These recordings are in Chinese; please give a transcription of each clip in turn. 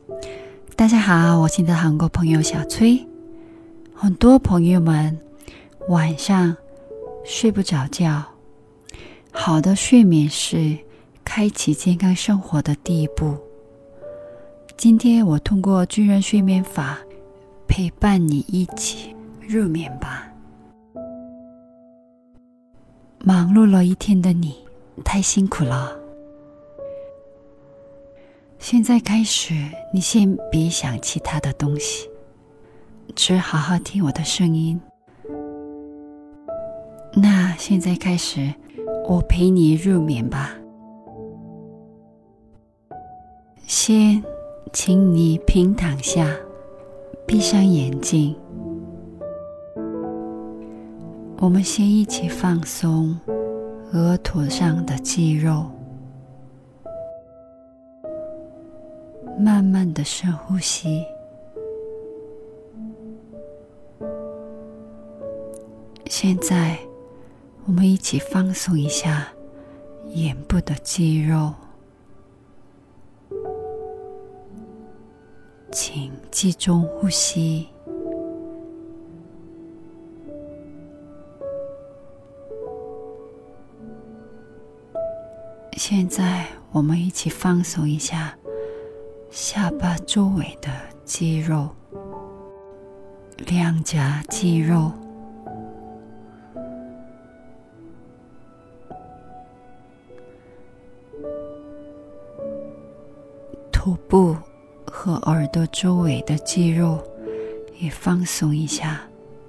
大家好，我是你的韩国朋友小崔。很多朋友们晚上睡不着觉，好的睡眠是开启健康生活的第一步。今天我通过巨人睡眠法陪伴你一起入眠吧。忙碌了一天的你，太辛苦了。现在开始，你先别想其他的东西，只好好听我的声音。那现在开始，我陪你入眠吧。先请你平躺下，闭上眼睛。我们先一起放松额头上的肌肉，慢慢的深呼吸。现在我们一起放松一下眼部的肌肉，请集中呼吸。现在我们一起放松一下下巴周围的肌肉，两颊肌肉，头部和耳朵周围的肌肉也放松一下。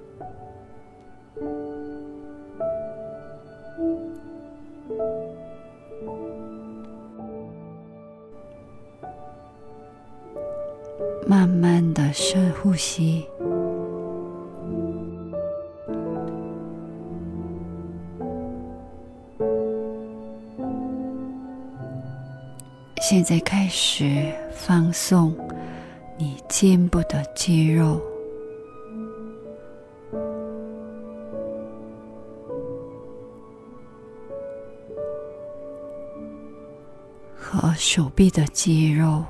慢慢的深呼吸，现在开始放松你肩部的肌肉，和手臂的肌肉，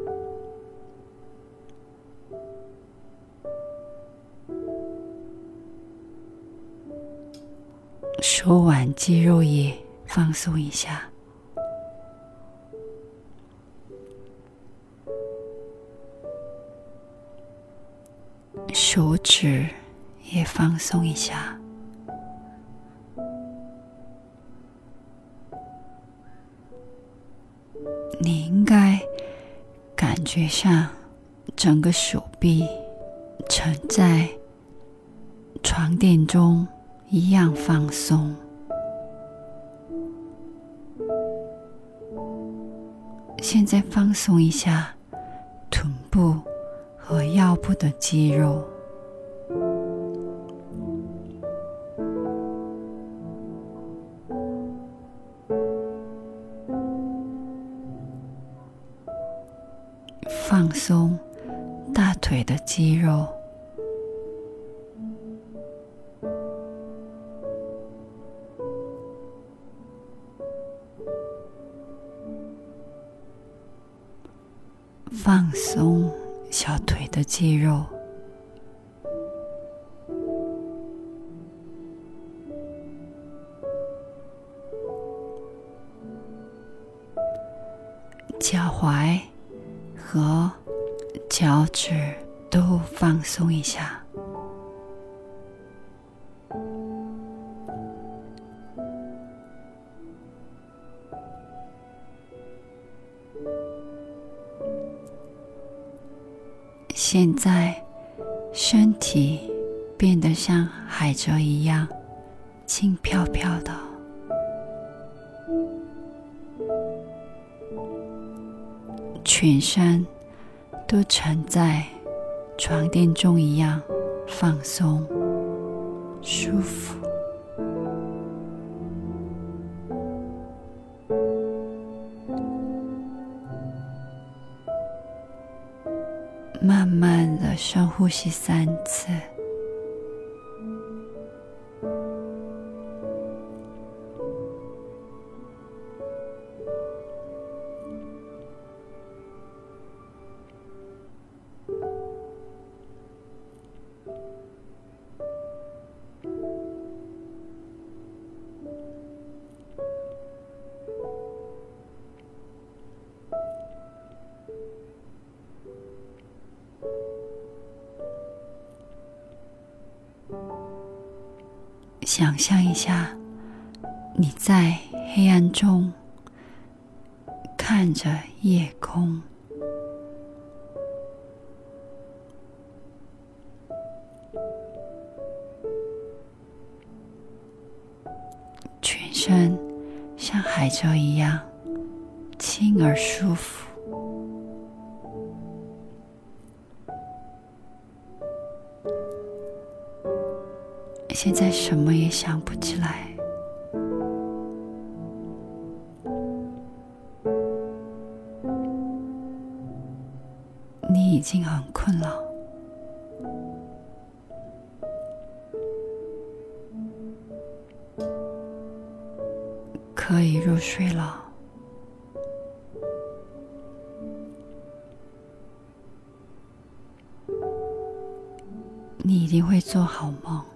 手腕肌肉也放松一下，手指也放松一下，你应该感觉上整个手臂沉在床垫中一样放松。现在放松一下臀部和腰部的肌肉，放松大腿的肌肉，放松小腿的肌肉，脚踝和脚趾都放松一下。现在身体变得像海蜇一样轻飘飘的，全身都沉在床垫中一样放松舒服。慢慢的深呼吸3次， 想象一下，你在黑暗中看着夜空，全身像海潮一样轻而舒服。现在什么也想不起来，你已经很困了，可以入睡了。你一定会做好梦。